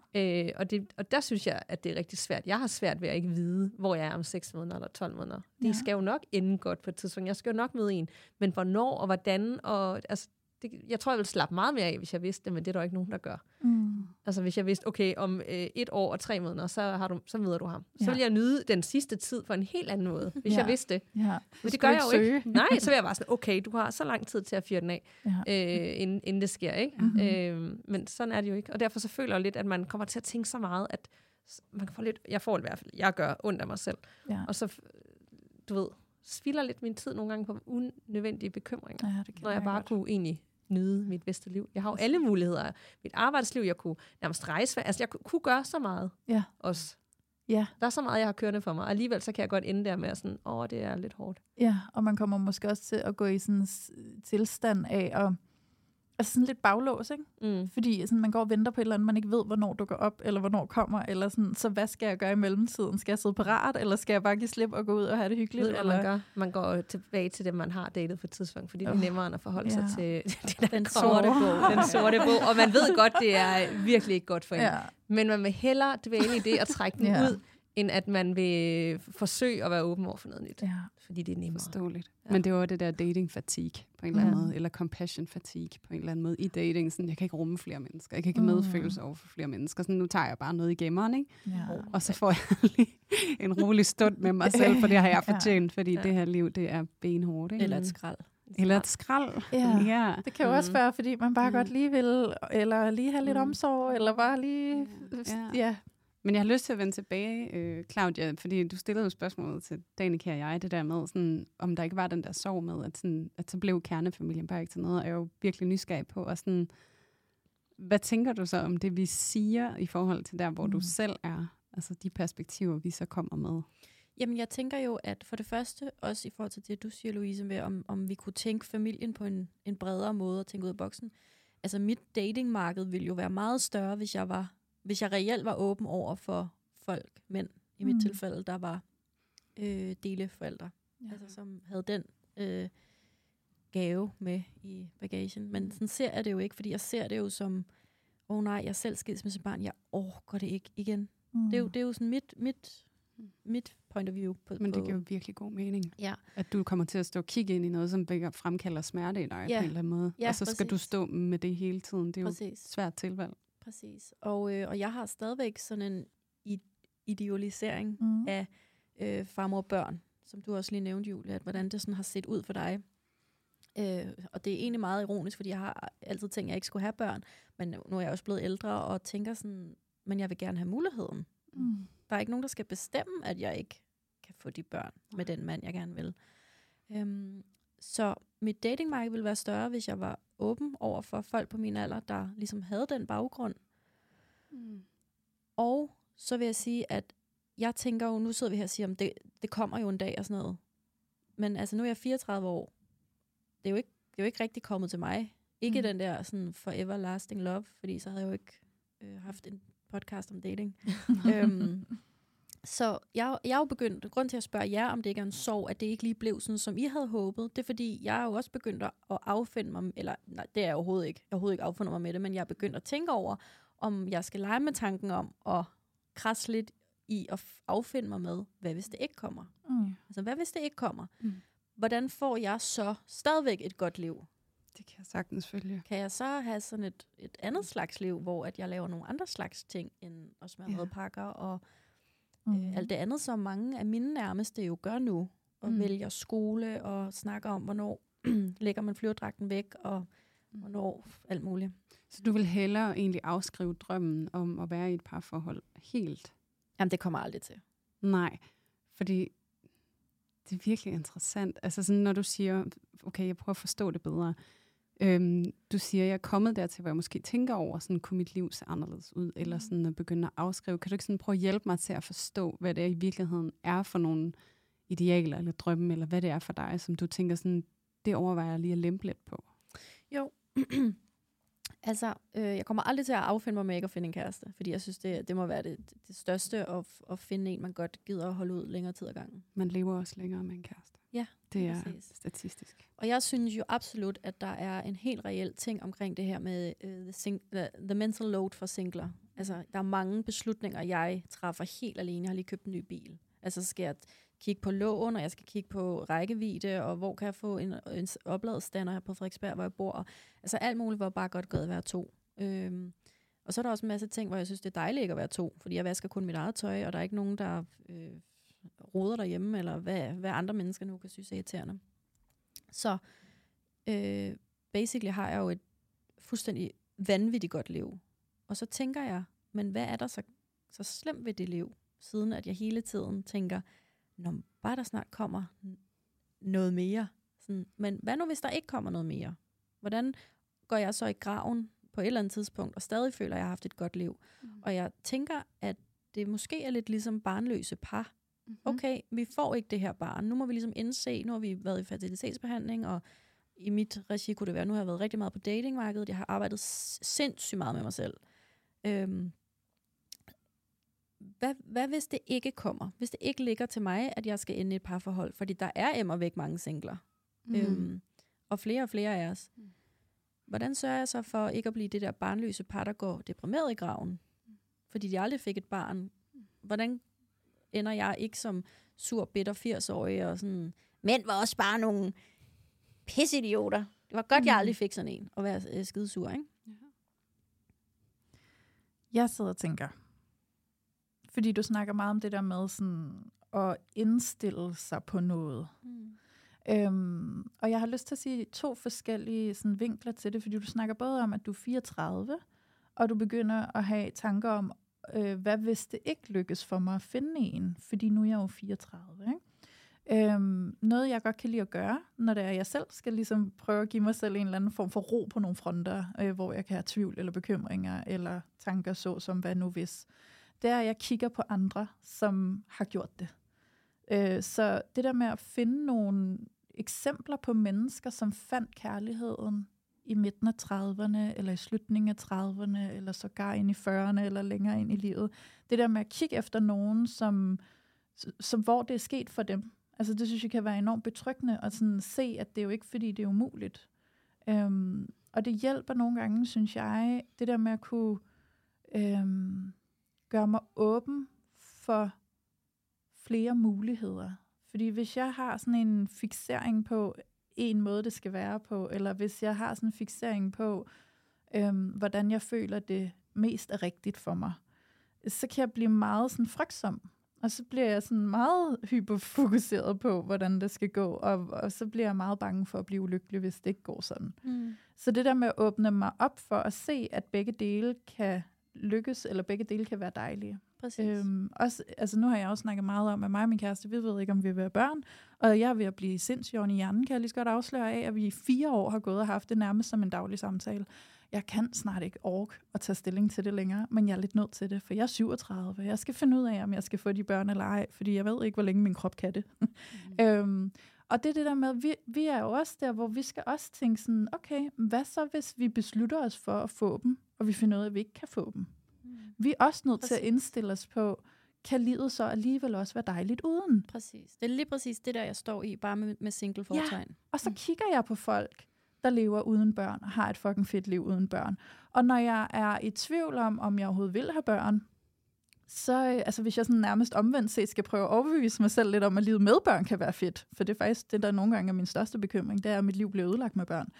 Og der synes jeg, at det er rigtig svært. Jeg har svært ved at ikke vide, hvor jeg er om 6 måneder eller 12 måneder. Det skal jo nok ende godt på et tidspunkt. Jeg skal jo nok møde en. Men hvornår og hvordan, og altså, jeg tror, jeg vil slappe meget mere af, hvis jeg vidste det, men det er der ikke nogen, der gør. Altså hvis jeg vidste, okay, om 1 år og 3 måneder, så møder du ham. Så vil jeg nyde den sidste tid på en helt anden måde, hvis jeg vidste det. Men det gør jeg jo ikke. Nej, så vil jeg bare sådan, okay, du har så lang tid til at fyre den af, inden det sker, ikke? Men sådan er det jo ikke. Og derfor så føler jeg lidt, at man kommer til at tænke så meget, at man får lidt, jeg får i hvert fald, jeg gør ondt af mig selv. Og så, du ved, spilder lidt min tid nogle gange på unødvendige bekymringer, når jeg bare kunne egentlig nyde mit bedste liv. Jeg har jo alle muligheder. Mit arbejdsliv, jeg kunne nærmest rejse. Altså, jeg kunne gøre så meget også. Ja. Der er så meget, jeg har kørende for mig. Og alligevel så kan jeg godt ende der med sådan, det er lidt hårdt. Ja, og man kommer måske også til at gå i sådan en tilstand af at altså sådan lidt baglås, ikke? Fordi sådan, man går og venter på et eller andet, man ikke ved, hvornår du går op, eller hvornår kommer, eller sådan, så hvad skal jeg gøre i mellemtiden? Skal jeg sidde parat, eller skal jeg bare give slip og gå ud og have det hyggeligt? Ved, eller? Man gør? Man går tilbage til det, man har datet på et tidspunkt, fordi det er nemmere at forholde sig til den sorte bog. Den sorte bog, og man ved godt, det er virkelig ikke godt for en. Ja. Men man vil hellere dvæle i det og trække den ud, end at man vil forsøge at være åben over for noget nyt. Ja. Fordi det er nemmere. Forståeligt. Ja. Men det var det der dating fatigue på en eller anden måde, eller compassion fatigue på en eller anden måde i dating. Sådan, jeg kan ikke rumme flere mennesker. Jeg kan ikke have medfølelse over for flere mennesker. Sådan, nu tager jeg bare noget i gemmeren, ikke? Ja. Og så får jeg lige en rolig stund med mig selv, for det har jeg fortjent, fordi det her liv, det er benhårdt. Ikke? Eller et skrald. Eller et skrald. Ja. Det kan jo også være, fordi man bare godt lige vil, eller lige have lidt omsorg, eller bare lige... Ja. Men jeg har lyst til at vende tilbage, Claudia, fordi du stillede jo spørgsmålet til Danika og jeg, det der med, sådan, om der ikke var den der sorg med, at så blev kernefamilien bare ikke til noget, og jeg er jo virkelig nysgerrig på. Og sådan, hvad tænker du så om det, vi siger i forhold til der, hvor du selv er? Altså de perspektiver, vi så kommer med. Jamen, jeg tænker jo, at for det første, også i forhold til det, du siger, Louise, med om vi kunne tænke familien på en bredere måde og tænke ud af boksen. Altså, mit datingmarked ville jo være meget større, hvis jeg reelt var åben over for folk, mænd i mit tilfælde, der var deleforældre, altså som havde den gave med i bagagen. Men sådan ser jeg det jo ikke, fordi jeg ser det jo som, nej, jeg selv skilsmisse barn, jeg overgår det ikke igen. Det er jo sådan mit point of view. Men det giver jo virkelig god mening, at du kommer til at stå og kigge ind i noget, som fremkalder smerte i dig på en eller anden måde. Og så skal du stå med det hele tiden. Det er jo et svært tilvalg. Præcis. Og jeg har stadigvæk sådan en idealisering af far, mor og børn, som du også lige nævnte, Julie, at hvordan det sådan har set ud for dig. Og det er egentlig meget ironisk, fordi jeg har altid tænkt, at jeg ikke skulle have børn, men nu er jeg også blevet ældre og tænker sådan, men jeg vil gerne have muligheden. Der er ikke nogen, der skal bestemme, at jeg ikke kan få de børn med den mand, jeg gerne vil. Så mit datingmarked ville være større, hvis jeg var åben over for folk på min alder, der ligesom havde den baggrund. Og så vil jeg sige, at jeg tænker jo, nu sidder vi her og siger, om det kommer jo en dag og sådan noget. Men altså, nu er jeg 34 år. Det er jo ikke rigtig kommet til mig. Ikke den der sådan forever lasting love, fordi så havde jeg jo ikke haft en podcast om dating. Så jeg er jo begyndt, grund til at spørge jer, om det ikke er en sorg, at det ikke lige blev sådan, som I havde håbet, det er fordi, jeg er jo også begyndt at affinde mig, eller nej, det er jeg overhovedet ikke affundet mig med det, men jeg er begyndt at tænke over, om jeg skal lege med tanken om at krasse lidt i at affinde mig med, hvad hvis det ikke kommer? Altså, hvad hvis det ikke kommer? Hvordan får jeg så stadigvæk et godt liv? Det kan jeg sagtens følge. Kan jeg så have sådan et andet slags liv, hvor at jeg laver nogle andre slags ting, end at smøre madpakker og alt det andet, som mange af mine nærmeste jo gør nu, og vælger skole og snakker om, hvornår lægger man flyverdragten væk, og hvornår alt muligt. Så du vil hellere egentlig afskrive drømmen om at være i et parforhold helt? Jamen, det kommer aldrig til. Nej, fordi det er virkelig interessant. Altså sådan, når du siger, okay, jeg prøver at forstå det bedre. Du siger, jeg er kommet dertil, hvor jeg måske tænker over, sådan, kunne mit liv se anderledes ud, eller sådan at begynde at afskrive. Kan du ikke sådan prøve at hjælpe mig til at forstå, hvad det i virkeligheden er for nogle idealer eller drømme, eller hvad det er for dig, som du tænker sådan, det overvejer jeg lige at lempe lidt på? Jo, altså, jeg kommer aldrig til at affinde mig med ikke at finde en kæreste, fordi jeg synes, det må være det største at finde en, man godt gider at holde ud længere tid ad gangen. Man lever også længere med en kæreste. Ja, det er statistisk. Og jeg synes jo absolut, at der er en helt reel ting omkring det her med the mental load for singler. Altså, der er mange beslutninger, jeg træffer helt alene. Jeg har lige købt en ny bil. Altså, så skal jeg kigge på lån, og jeg skal kigge på rækkevidde, og hvor kan jeg få en opladestander her på Frederiksberg, hvor jeg bor. Og, altså alt muligt, hvor bare godt gået at være to. Og så er der også en masse ting, hvor jeg synes, det er dejligt ikke at være to, fordi jeg vasker kun mit eget tøj, og der er ikke nogen, der roder derhjemme, eller hvad andre mennesker nu kan synes er irriterende. Så basically har jeg jo et fuldstændig vanvittigt godt liv. Og så tænker jeg, men hvad er der så slemt ved det liv, siden at jeg hele tiden tænker, når bare der snart kommer noget mere. Sådan, men hvad nu, hvis der ikke kommer noget mere? Hvordan går jeg så i graven på et eller andet tidspunkt, og stadig føler, at jeg har haft et godt liv. Og jeg tænker, at det måske er lidt ligesom barnløse par. Okay, vi får ikke det her barn. Nu må vi ligesom indse, nu har vi været i fertilitetsbehandling, og i mit regi kunne det være, nu har jeg været rigtig meget på datingmarkedet. Jeg har arbejdet sindssygt meget med mig selv. Hvad hvis det ikke kommer? Hvis det ikke ligger til mig, at jeg skal ende i et parforhold? Fordi der er væk mange singler. Og flere af os. Hvordan sørger jeg så for ikke at blive det der barnløse par, der går deprimeret i graven? Fordi de aldrig fik et barn. Hvordan ender jeg ikke som sur, bitter 80-årig og sådan, mænd var også bare nogle pissidioter. Det var godt, jeg aldrig fik sådan en at være skidesur, ikke? Jeg sidder og tænker, fordi du snakker meget om det der med sådan at indstille sig på noget. Og jeg har lyst til at sige 2 forskellige sådan, vinkler til det, fordi du snakker både om, at du er 34, og du begynder at have tanker om, hvad hvis det ikke lykkes for mig at finde en, fordi nu er jeg jo 34, ikke? Noget, jeg godt kan lide at gøre, når det er, jeg selv skal ligesom prøve at give mig selv en eller anden form for ro på nogle fronter, hvor jeg kan have tvivl eller bekymringer, eller tanker så som, hvad nu hvis, det er, at jeg kigger på andre, som har gjort det. Så det der med at finde nogle eksempler på mennesker, som fandt kærligheden i midten af 30'erne, eller i slutningen af 30'erne, eller sågar ind i 40'erne, eller længere ind i livet. Det der med at kigge efter nogen, som hvor det er sket for dem. Altså det synes jeg kan være enormt betryggende, at sådan se, at det er jo ikke, fordi det er umuligt. Og det hjælper nogle gange, synes jeg, det der med at kunne gøre mig åben for flere muligheder. Fordi hvis jeg har sådan en fiksering på en måde, det skal være på, eller hvis jeg har sådan en fiksering på, hvordan jeg føler, det mest er rigtigt for mig, så kan jeg blive meget sådan frygtsom. Og så bliver jeg sådan meget hyperfokuseret på, hvordan det skal gå, og så bliver jeg meget bange for at blive ulykkelig, hvis det ikke går sådan. Så det der med at åbne mig op for at se, at begge dele kan lykkes, eller begge dele kan være dejlige. Også, altså nu har jeg også snakket meget om, at mig og min kæreste, vi ved ikke, om vi vil være børn, og jeg er ved at blive sindssyg i hjernen, kan jeg lige så godt afsløre af, at vi i 4 år har gået og haft det nærmest som en daglig samtale. Jeg kan snart ikke orke at tage stilling til det længere, men jeg er lidt nødt til det, for jeg er 37. Jeg skal finde ud af, om jeg skal få de børn eller ej, fordi jeg ved ikke, hvor længe min krop kan det. Og det er det der med, at vi er jo også der, hvor vi skal også tænke sådan, okay, hvad så, hvis vi beslutter os for at få dem, og vi finder ud af, at vi ikke kan få dem? Vi er også nødt til at indstille os på, kan livet så alligevel også være dejligt uden? Præcis. Det er lige præcis det der, jeg står i, bare med single fortegn. Ja, og så kigger jeg på folk, der lever uden børn, og har et fucking fedt liv uden børn. Og når jeg er i tvivl om jeg overhovedet vil have børn, så altså hvis jeg sådan nærmest omvendt set skal prøve at overbevise mig selv lidt om, at livet med børn kan være fedt, for det er faktisk det, der nogle gange er min største bekymring, det er, at mit liv bliver ødelagt med børn.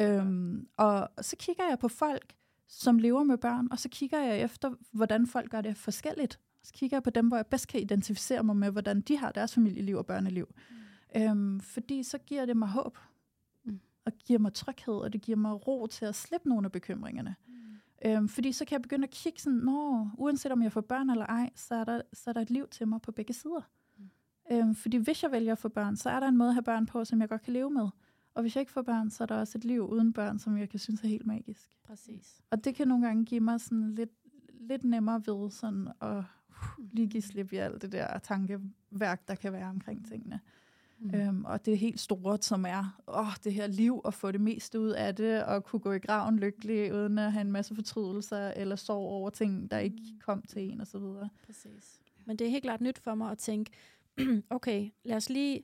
Og så kigger jeg på folk, som lever med børn, og så kigger jeg efter, hvordan folk gør det forskelligt. Så kigger jeg på dem, hvor jeg bedst kan identificere mig med, hvordan de har deres familieliv og børneliv. Fordi så giver det mig håb, og giver mig tryghed, og det giver mig ro til at slippe nogle af bekymringerne. Fordi så kan jeg begynde at kigge sådan, uanset om jeg får børn eller ej, så er der et liv til mig på begge sider. Fordi hvis jeg vælger at få børn, så er der en måde at have børn på, som jeg godt kan leve med. Og hvis jeg ikke får børn, så er der også et liv uden børn, som jeg kan synes er helt magisk. Præcis. Og det kan nogle gange give mig sådan lidt nemmere ved sådan at lige give slip i alt det der tankeværk, der kan være omkring tingene. Og det helt store, som er det her liv, og få det meste ud af det, og kunne gå i graven lykkelig, uden at have en masse fortrydelser, eller sorg over ting, der ikke kom til en, og så videre. Præcis. Men det er helt klart nyt for mig at tænke, okay, lad os lige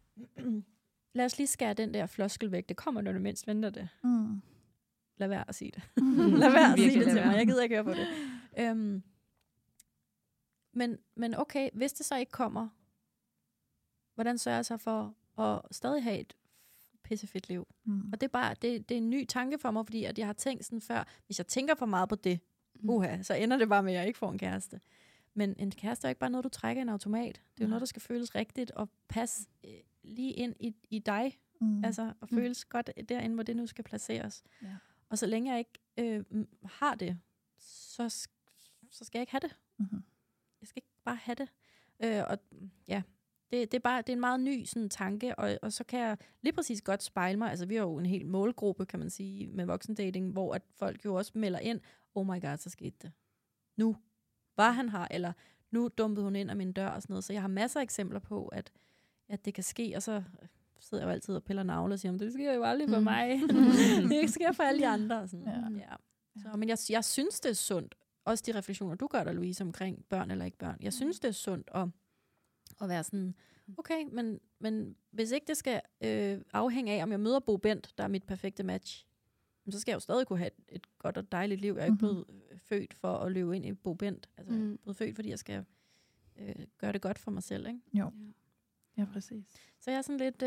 skære den der floskel væk. Det kommer, når du mindst venter det. Lad være at sige det. Lad være at sige det til mig. Jeg gider ikke høre på det. Men okay, hvis det så ikke kommer, hvordan sørger jeg så for at stadig have et pissefedt liv? Og det er bare, det er en ny tanke for mig, fordi at jeg har tænkt sådan før, hvis jeg tænker for meget på det, så ender det bare med, at jeg ikke får en kæreste. Men en kæreste er ikke bare noget, du trækker i en automat. Det er jo noget, der skal føles rigtigt og passe lige ind i dig. Altså, og føles godt derinde, hvor det nu skal placeres. Ja. Og så længe jeg ikke har det, så skal jeg ikke have det. Jeg skal ikke bare have det. Og ja, Det er en meget ny sådan, tanke, og så kan jeg lige præcis godt spejle mig. Altså, vi har jo en hel målgruppe, kan man sige, med voksendating, hvor at folk jo også melder ind, oh my god, så skete det. Nu var han her, eller nu dumpede hun ind af min dør og sådan noget. Så jeg har masser af eksempler på, at det kan ske, og så sidder jeg jo altid og piller navle og siger, det sker jo aldrig for mig. Det sker for alle de andre. Og sådan. Ja. Så, men jeg synes, det er sundt. Også de refleksioner, du gør der, Louise, omkring børn eller ikke børn. Jeg synes, det er sundt at være sådan, okay, men hvis ikke det skal afhænge af, om jeg møder Bo Bent, der er mit perfekte match, så skal jeg jo stadig kunne have et godt og dejligt liv. Jeg er ikke blevet født for at løbe ind i Bo Bent. Altså, jeg er blevet født, fordi jeg skal gøre det godt for mig selv, ikke? Jo. Ja, præcis. Så jeg er sådan lidt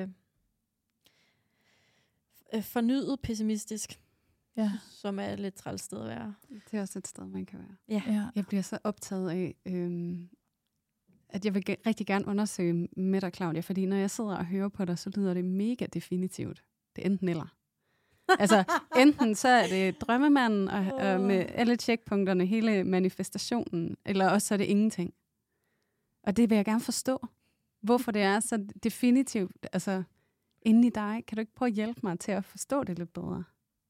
fornyet pessimistisk. Ja. Som er et lidt træls sted at være. Det er også et sted, man kan være. Ja. Jeg bliver så optaget af, at jeg vil rigtig gerne undersøge med dig, Claudia, fordi når jeg sidder og hører på dig, så lyder det mega definitivt. Det er enten eller. Altså, enten så er det drømmemanden og med alle checkpunkterne, hele manifestationen, eller også så er det ingenting. Og det vil jeg gerne forstå. Hvorfor det er så definitivt, altså, inde i dig. Kan du ikke prøve at hjælpe mig til at forstå det lidt bedre?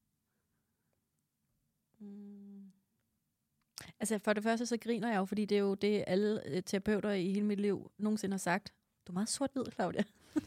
Altså for det første, så griner jeg jo, fordi det er jo det, alle terapeuter i hele mit liv nogensinde har sagt. Du er meget sort-hvid, Claudia.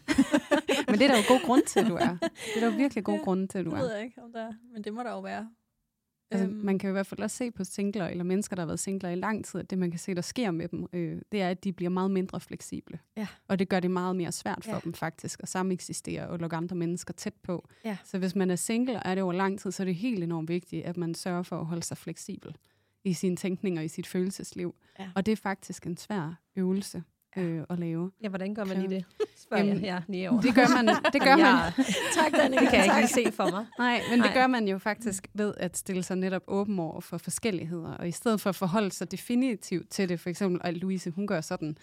Men det er der jo god grund til, at du er. Det er der jo virkelig god grund til, at du er. Det ved jeg ikke, om der er, men det må der jo være. Altså, man kan jo i hvert fald også se på singler, eller mennesker, der har været singler i lang tid, at det, man kan se, der sker med dem, det er, at de bliver meget mindre fleksible. Ja. Og det gør det meget mere svært for dem faktisk at sameksistere og lukke andre mennesker tæt på. Ja. Så hvis man er single, og er det over lang tid, så er det helt enormt vigtigt, at man sørger for at holde sig fleksibel i sin tænkning og i sit følelsesliv. Ja. Og det er faktisk en svær øvelse at lave. Ja, hvordan gør man lige det? Spørger jeg lige over. Det gør man. Tak, Danika. Det kan jeg ikke lige se for mig. Nej, men det gør man jo faktisk ved at stille sig netop åben over for forskelligheder. Og i stedet for at forholde sig definitivt til det, for eksempel, at Louise, hun gør sådan,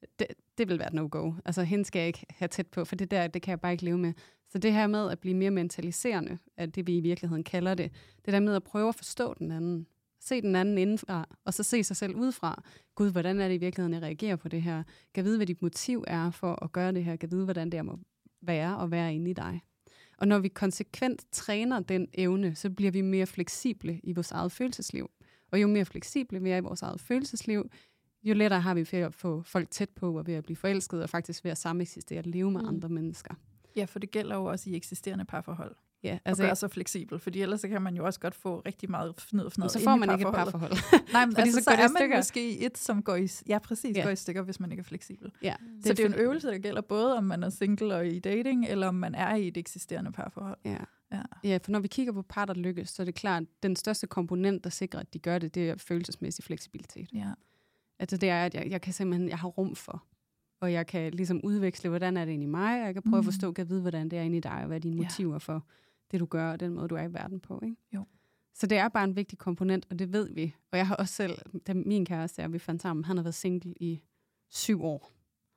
det vil være et no-go. Altså, hende skal jeg ikke have tæt på, for det kan jeg bare ikke leve med. Så det her med at blive mere mentaliserende, at det vi i virkeligheden kalder det, det der med at prøve at forstå den anden, se den anden indenfra, og så se sig selv udefra. Gud, hvordan er det i virkeligheden, jeg reagerer på det her? Kan vide, hvad dit motiv er for at gøre det her? Kan vide, hvordan det må være at være inde i dig? Og når vi konsekvent træner den evne, så bliver vi mere fleksible i vores eget følelsesliv. Og jo mere fleksible vi er i vores eget følelsesliv, jo lettere har vi for at få folk tæt på, og ved at blive forelsket, og faktisk ved at sameksistere og leve med andre mennesker. Ja, for det gælder jo også i eksisterende parforhold. Ja, altså, at gøre så fleksibel, fordi ellers så kan man jo også godt få rigtig meget fnid. Så får man ikke et parforhold. Nej, men altså, så er man måske i et, som går i, går i stykker, hvis man ikke er fleksibel. Ja, så det er jo en øvelse, der gælder både, om man er single og i dating, eller om man er i et eksisterende parforhold. Ja, for når vi kigger på par, der lykkes, så er det klart, at den største komponent, der sikrer, at de gør det, det er følelsesmæssig fleksibilitet. Ja. Altså det er, at jeg har rum for, og jeg kan ligesom udveksle, hvordan er det inde i mig, og jeg kan prøve at forstå, kan vide, hvordan det er inde i dig, og hvad er dine motiver for det, du gør, og den måde, du er i verden på, ikke? Jo. Så det er bare en vigtig komponent, og det ved vi. Og jeg har også selv, da min kæreste vi fandt sammen, han har været single i 7 år,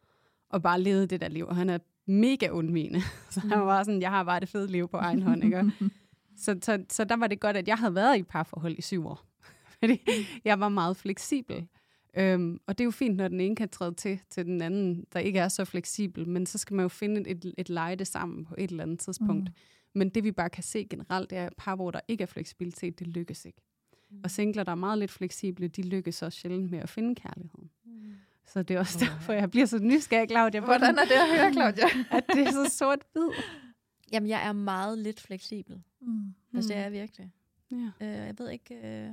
og bare levet det der liv, og han er mega undvigende. Så han var sådan, jeg har bare det fede liv på egen hånd, ikke? Så der var det godt, at jeg havde været i et parforhold i 7 år, fordi jeg var meget fleksibel. Og det er jo fint, når den ene kan træde til den anden, der ikke er så fleksibel, men så skal man jo finde et leje det sammen på et eller andet tidspunkt. Men det vi bare kan se generelt, det er, at par, hvor der ikke er fleksibilitet, det lykkes ikke. Og singler, der er meget lidt fleksible, de lykkes også sjældent med at finde kærligheden. Så det er også derfor, jeg bliver så nysgerrig, Claudia. Hvordan er det at høre, Claudia? At det er så sort-hvid. Jamen, jeg er meget lidt fleksibel. Altså, det er jeg virkelig. Ja. Jeg ved ikke...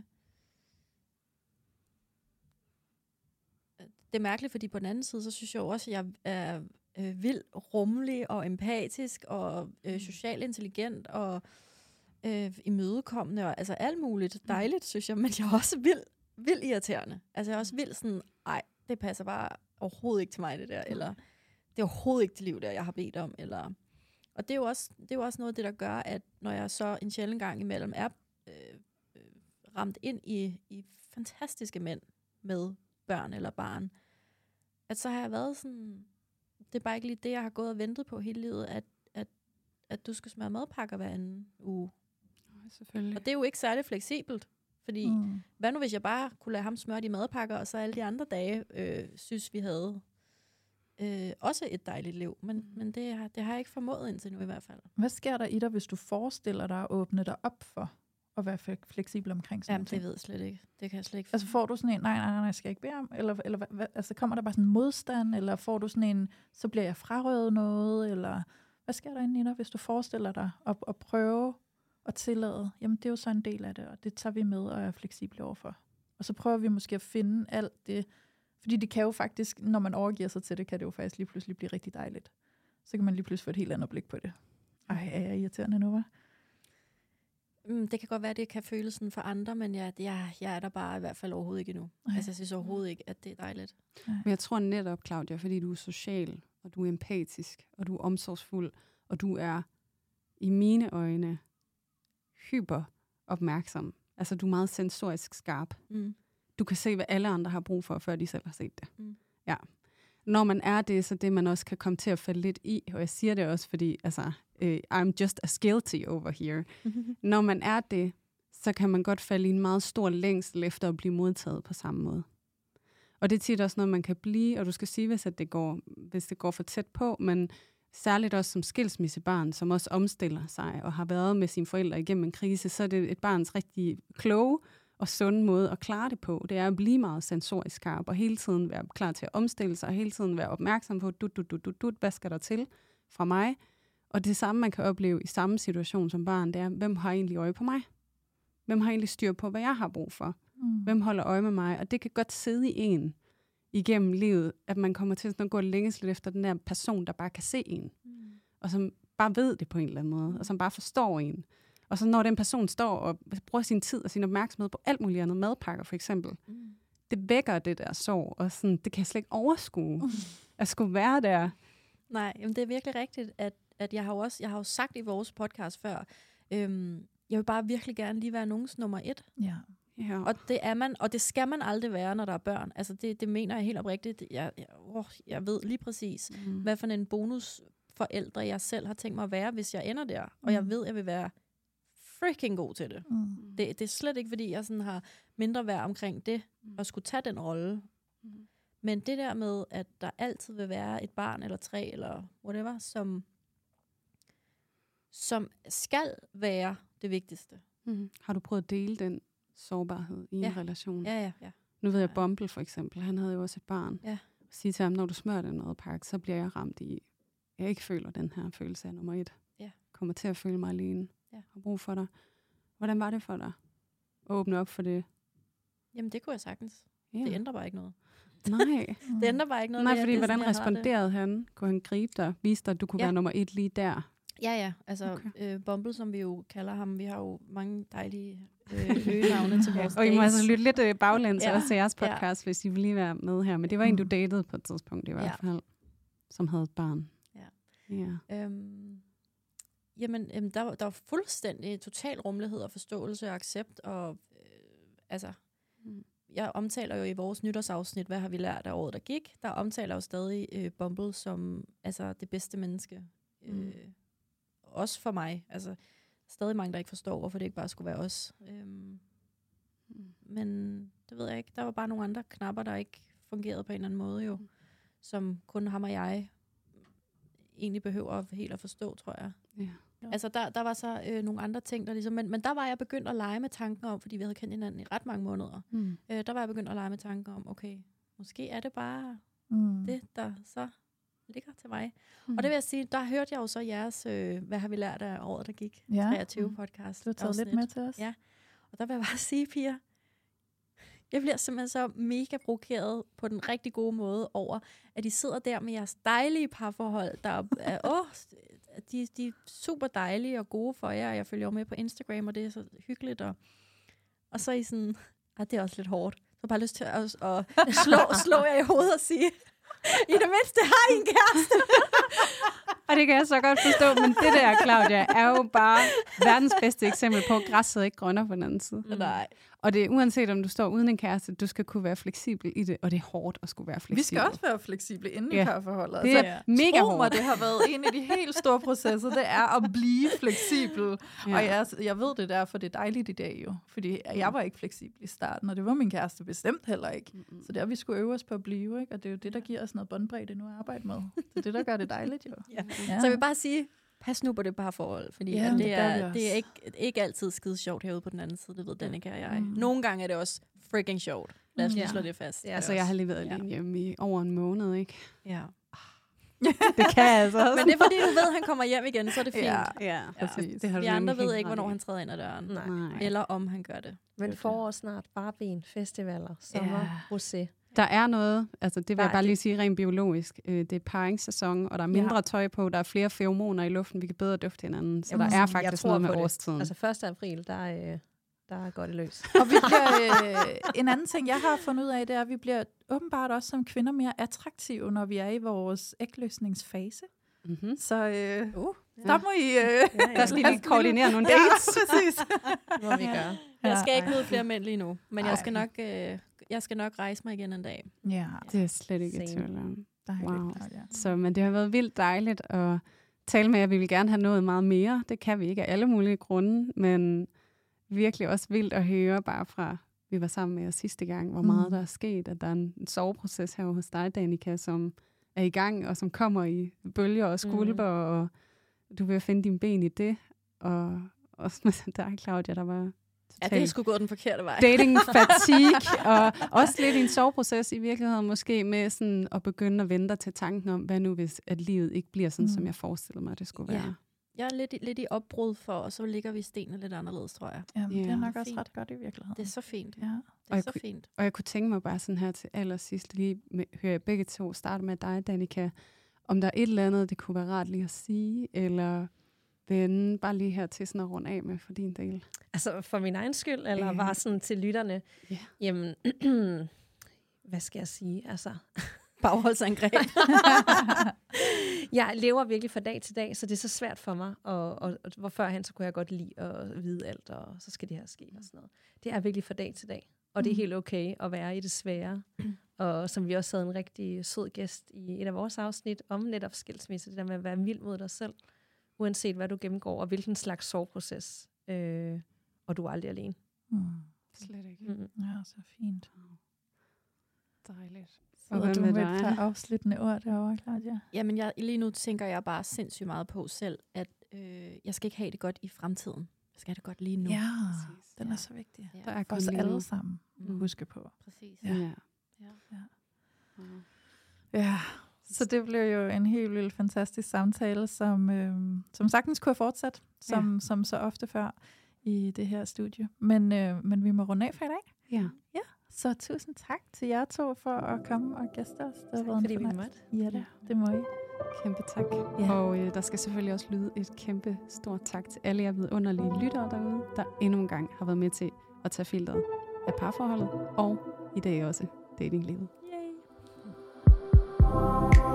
Det er mærkeligt, fordi på den anden side, så synes jeg jo også, at jeg er vild, rummelig og empatisk og socialt intelligent og imødekommende og altså alt muligt dejligt, synes jeg, men jeg er også vild irriterende. Altså jeg er også vild sådan, det passer bare overhovedet ikke til mig det der, eller det er overhovedet ikke det liv der, jeg har bedt om, eller... Og det er jo også noget af det, der gør, at når jeg så en sjældent gang imellem er ramt ind i fantastiske mænd med børn eller barn, at så har jeg været sådan, det er bare ikke lige det, jeg har gået og ventet på hele livet, at du skal smøre madpakker hver anden uge. Selvfølgelig. Og det er jo ikke særlig fleksibelt, fordi hvad nu hvis jeg bare kunne lade ham smøre de madpakker, og så alle de andre dage synes vi havde også et dejligt liv, men det har jeg ikke formået indtil nu i hvert fald. Hvad sker der i dig, hvis du forestiller dig at åbne dig op for at være fleksibel omkring sådan noget? Det ved jeg slet ikke. Det kan jeg slet ikke. Altså får du sådan en, nej, skal jeg ikke bede om? Eller altså kommer der bare sådan en modstand? Eller får du sådan en, så bliver jeg frarøvet noget? Eller hvad sker der inde i dig, hvis du forestiller dig at prøve at tillade? Jamen det er jo så en del af det, og det tager vi med og er fleksible overfor. Og så prøver vi måske at finde alt det, fordi det kan jo faktisk, når man overgiver sig til det, kan det jo faktisk lige pludselig blive rigtig dejligt. Så kan man lige pludselig få et helt andet blik på det. Ej, er jeg irriterende nu, hva'? Det kan godt være, at det kan føles sådan for andre, men jeg er der bare i hvert fald overhovedet ikke endnu. Altså jeg synes overhovedet ikke, at det er dejligt. Men jeg tror netop, Claudia, fordi du er social, og du er empatisk, og du er omsorgsfuld, og du er i mine øjne hyper opmærksom. Altså du er meget sensorisk skarp. Du kan se, hvad alle andre har brug for, før de selv har set det. Ja. Når man er det, så det man også kan komme til at falde lidt i, og jeg siger det også, fordi altså, I'm just as guilty over here. Når man er det, så kan man godt falde i en meget stor længsel efter at blive modtaget på samme måde. Og det er tit også noget, man kan blive, og du skal sige, hvis det går for tæt på, men særligt også som skilsmissebarn, som også omstiller sig og har været med sine forældre igennem en krise, så er det et barns rigtig kloge og sunde måde at klare det på. Det er at blive meget sensorisk skarp, og hele tiden være klar til at omstille sig, og hele tiden være opmærksom på, hvad skal der til fra mig? Og det samme, man kan opleve i samme situation som barn, det er, hvem har egentlig øje på mig? Hvem har egentlig styr på, hvad jeg har brug for? Hvem holder øje med mig? Og det kan godt sidde i en igennem livet, at man kommer til at gå længes lidt efter den der person, der bare kan se en. Og som bare ved det på en eller anden måde, og som bare forstår en. Og så når den person står og bruger sin tid og sin opmærksomhed på alt muligt andet, madpakker for eksempel, det vækker det der sorg, og sådan, det kan jeg slet ikke overskue, at skulle være der. Nej, jamen det er virkelig rigtigt, at jeg har jo sagt i vores podcast før, jeg vil bare virkelig gerne lige være nogens nummer 1. Ja. Ja. Og det er man, og det skal man aldrig være, når der er børn. Altså det mener jeg helt oprigtigt. Jeg ved lige præcis, hvad for en bonusforældre jeg selv har tænkt mig at være, hvis jeg ender der. Og jeg ved, at jeg vil være freaking god til det. Det er slet ikke, fordi jeg sådan har mindre værd omkring det, og skulle tage den rolle. Men det der med, at der altid vil være et barn, eller 3, eller whatever, som skal være det vigtigste. Har du prøvet at dele den sårbarhed i en relation? Ja. Nu ved jeg, Bumble for eksempel, han havde jo også et barn. Ja. Sige til ham, når du smører den madpakke, så bliver jeg ramt i, jeg ikke føler den her følelse af nummer 1. Ja. Kommer til at føle mig alene. Ja. Har brug for dig. Hvordan var det for dig at åbne op for det? Jamen, det kunne jeg sagtens. Ja. Det ændrer bare ikke noget. Nej. Det ændrer bare ikke noget. Nej, fordi hvordan responderede han? Kunne han gribe dig? Vise dig, at du kunne være nummer 1 lige der? Ja. Altså, Bumble, som vi jo kalder ham, vi har jo mange dejlige øgenavne til vores Og I må altså lytte lidt baglæns også til jeres podcast, hvis I vil lige være med her. Men det var en, du datede på et tidspunkt i hvert fald, som havde et barn. Ja. Jamen, der var fuldstændig total rummelighed og forståelse og accept. Og jeg omtaler jo i vores nytårsafsnit, hvad har vi lært af året, der gik. Der omtaler jo stadig Bumble som det bedste menneske. Også for mig. Altså, stadig mange, der ikke forstår, hvorfor det ikke bare skulle være os. Men det ved jeg ikke. Der var bare nogle andre knapper, der ikke fungerede på en eller anden måde jo. Som kun ham og jeg egentlig behøver helt at forstå, tror jeg. Ja. Altså, der var så nogle andre ting, der ligesom... Men der var jeg begyndt at lege med tanken om, fordi vi havde kendt hinanden i ret mange måneder. Der var jeg begyndt at lege med tanken om, okay, måske er det bare det, der så ligger til mig. Og det vil jeg sige, der hørte jeg jo så jeres, hvad har vi lært af året, der gik? 23 podcast. Du har taget lidt med til os. Ja, og der vil jeg bare sige, piger, jeg bliver simpelthen så mega provokeret på den rigtig gode måde over, at I sidder der med jeres dejlige parforhold, der de er super dejlige og gode for jer, og jeg følger med på Instagram, og det er så hyggeligt, og så er I sådan, det er også lidt hårdt. Så har bare lyst til at slå jer i hovedet og sige, i det mindste har I en kæreste. Og det kan jeg så godt forstå, men det der, Claudia, er jo bare verdens bedste eksempel på, at græsset ikke grønner på den anden side. Nej. Og det er uanset, om du står uden en kæreste, du skal kunne være fleksibel i det, og det er hårdt at skulle være fleksibel. Vi skal også være fleksible inden i parforholdet. Det er mega tro mig, hårdt. det har været en af de helt store processer, det er at blive fleksibel. Ja. Og jeg ved det derfor, det er dejligt i dag jo. Fordi jeg var ikke fleksibel i starten, og det var min kæreste bestemt heller ikke. Så det er, vi skulle øve os på at blive, ikke? Og det er jo det, der giver os noget båndbredde nu at arbejde med. Det er det, der gør det dejligt jo. Ja. Så jeg vil bare sige, pas nu på det parforhold, fordi det er ikke altid skide sjovt herude på den anden side, det ved Danika og jeg. Nogle gange er det også freaking sjovt. Lad os lige slå det fast. Ja, altså, jeg har lige været alene hjemme i over en måned, ikke? Ja. Det kan jeg altså også. Men det er fordi, du ved, at han kommer hjem igen, så er det fint. Ja, præcis. Det har vi andre ved ikke, hvornår han træder ind ad døren. Nej. Eller om han gør det. Men forår snart, barben, festivaler, sommer, rosé. Der er noget, altså det vil jeg bare lige sige rent biologisk. Det er paringssæson, og der er mindre tøj på, der er flere feromoner i luften, vi kan bedre dufte hinanden. Så der er faktisk noget med årstiden. Altså 1. april, der går det løs. Og vi bliver, en anden ting, jeg har fundet ud af, det er, at vi bliver åbenbart også som kvinder mere attraktive, når vi er i vores ægløsningsfase. Mm-hmm. Så der må I... der skal lige koordinere nogle dates. Ja, præcis. Må vi gøre. Jeg skal ikke møde flere mænd lige nu, men jeg skal nok rejse mig igen en dag. Ja. Det er slet ikke et tvivl om. Wow. Så, men det har været vildt dejligt at tale med jer. Vi vil gerne have nået meget mere. Det kan vi ikke af alle mulige grunde, men virkelig også vildt at høre bare fra, vi var sammen med jer sidste gang, hvor meget der er sket, at der er en soveproces her hos dig, Danika, som er i gang, og som kommer i bølger og skulper, og du vil finde dine ben i det. Og også med dig, Claudia, der var det er sgu gået den forkerte vej. Dating fatigue, og også lidt i en soveproces i virkeligheden, måske med sådan at begynde at vente til tanken om, hvad nu hvis at livet ikke bliver sådan, som jeg forestillede mig, at det skulle være. Jeg er lidt i opbrud for, og så ligger vi stenene lidt anderledes, tror jeg. Ja, det er nok også ret godt i virkeligheden. Det er så fint. Ja. Det er så fint. Og jeg kunne tænke mig bare sådan her til allersidst, lige hører jeg begge to starte med dig, Danika, om der er et eller andet, det kunne være rart lige at sige, eller vende bare lige her til sådan at runde af med for din del. Altså for min egen skyld, eller bare sådan til lytterne? Ja. Jamen, hvad skal jeg sige? Altså... bagholdsangreb. Jeg lever virkelig fra dag til dag, så det er så svært for mig. Og hvor førhen, så kunne jeg godt lide at vide alt, og så skal det her ske og sådan noget. Det er virkelig fra dag til dag. Og det er helt okay at være i det svære. Og som vi også havde en rigtig sød gæst i et af vores afsnit om netop skilsmisse, det der med at være mild mod dig selv, uanset hvad du gennemgår, og hvilken slags soveproces. Og du er aldrig alene. Slet ikke. Ja, så fint. Dejligt. Og hvad med dig? Et par afsluttende ord derovre, Claudia? Jamen, lige nu tænker jeg bare sindssygt meget på selv, at jeg skal ikke have det godt i fremtiden. Jeg skal have det godt lige nu. Ja, den er så vigtig. Der er os alle sammen huske på. Præcis. Ja. Så det blev jo en helt vildt fantastisk samtale, som sagtens kunne have fortsat, som så ofte før i det her studie. Men vi må runde af for i dag. Ja. Så tusind tak til jer to for at komme og gæste os. Det har været fordi vi måtte. Ja, det må I. Kæmpe tak. Ja. Og der skal selvfølgelig også lyde et kæmpe stort tak til alle jer vidunderlige lyttere derude, der endnu en gang har været med til at tage filteret af parforholdet, og i dag også datinglivet. Yay.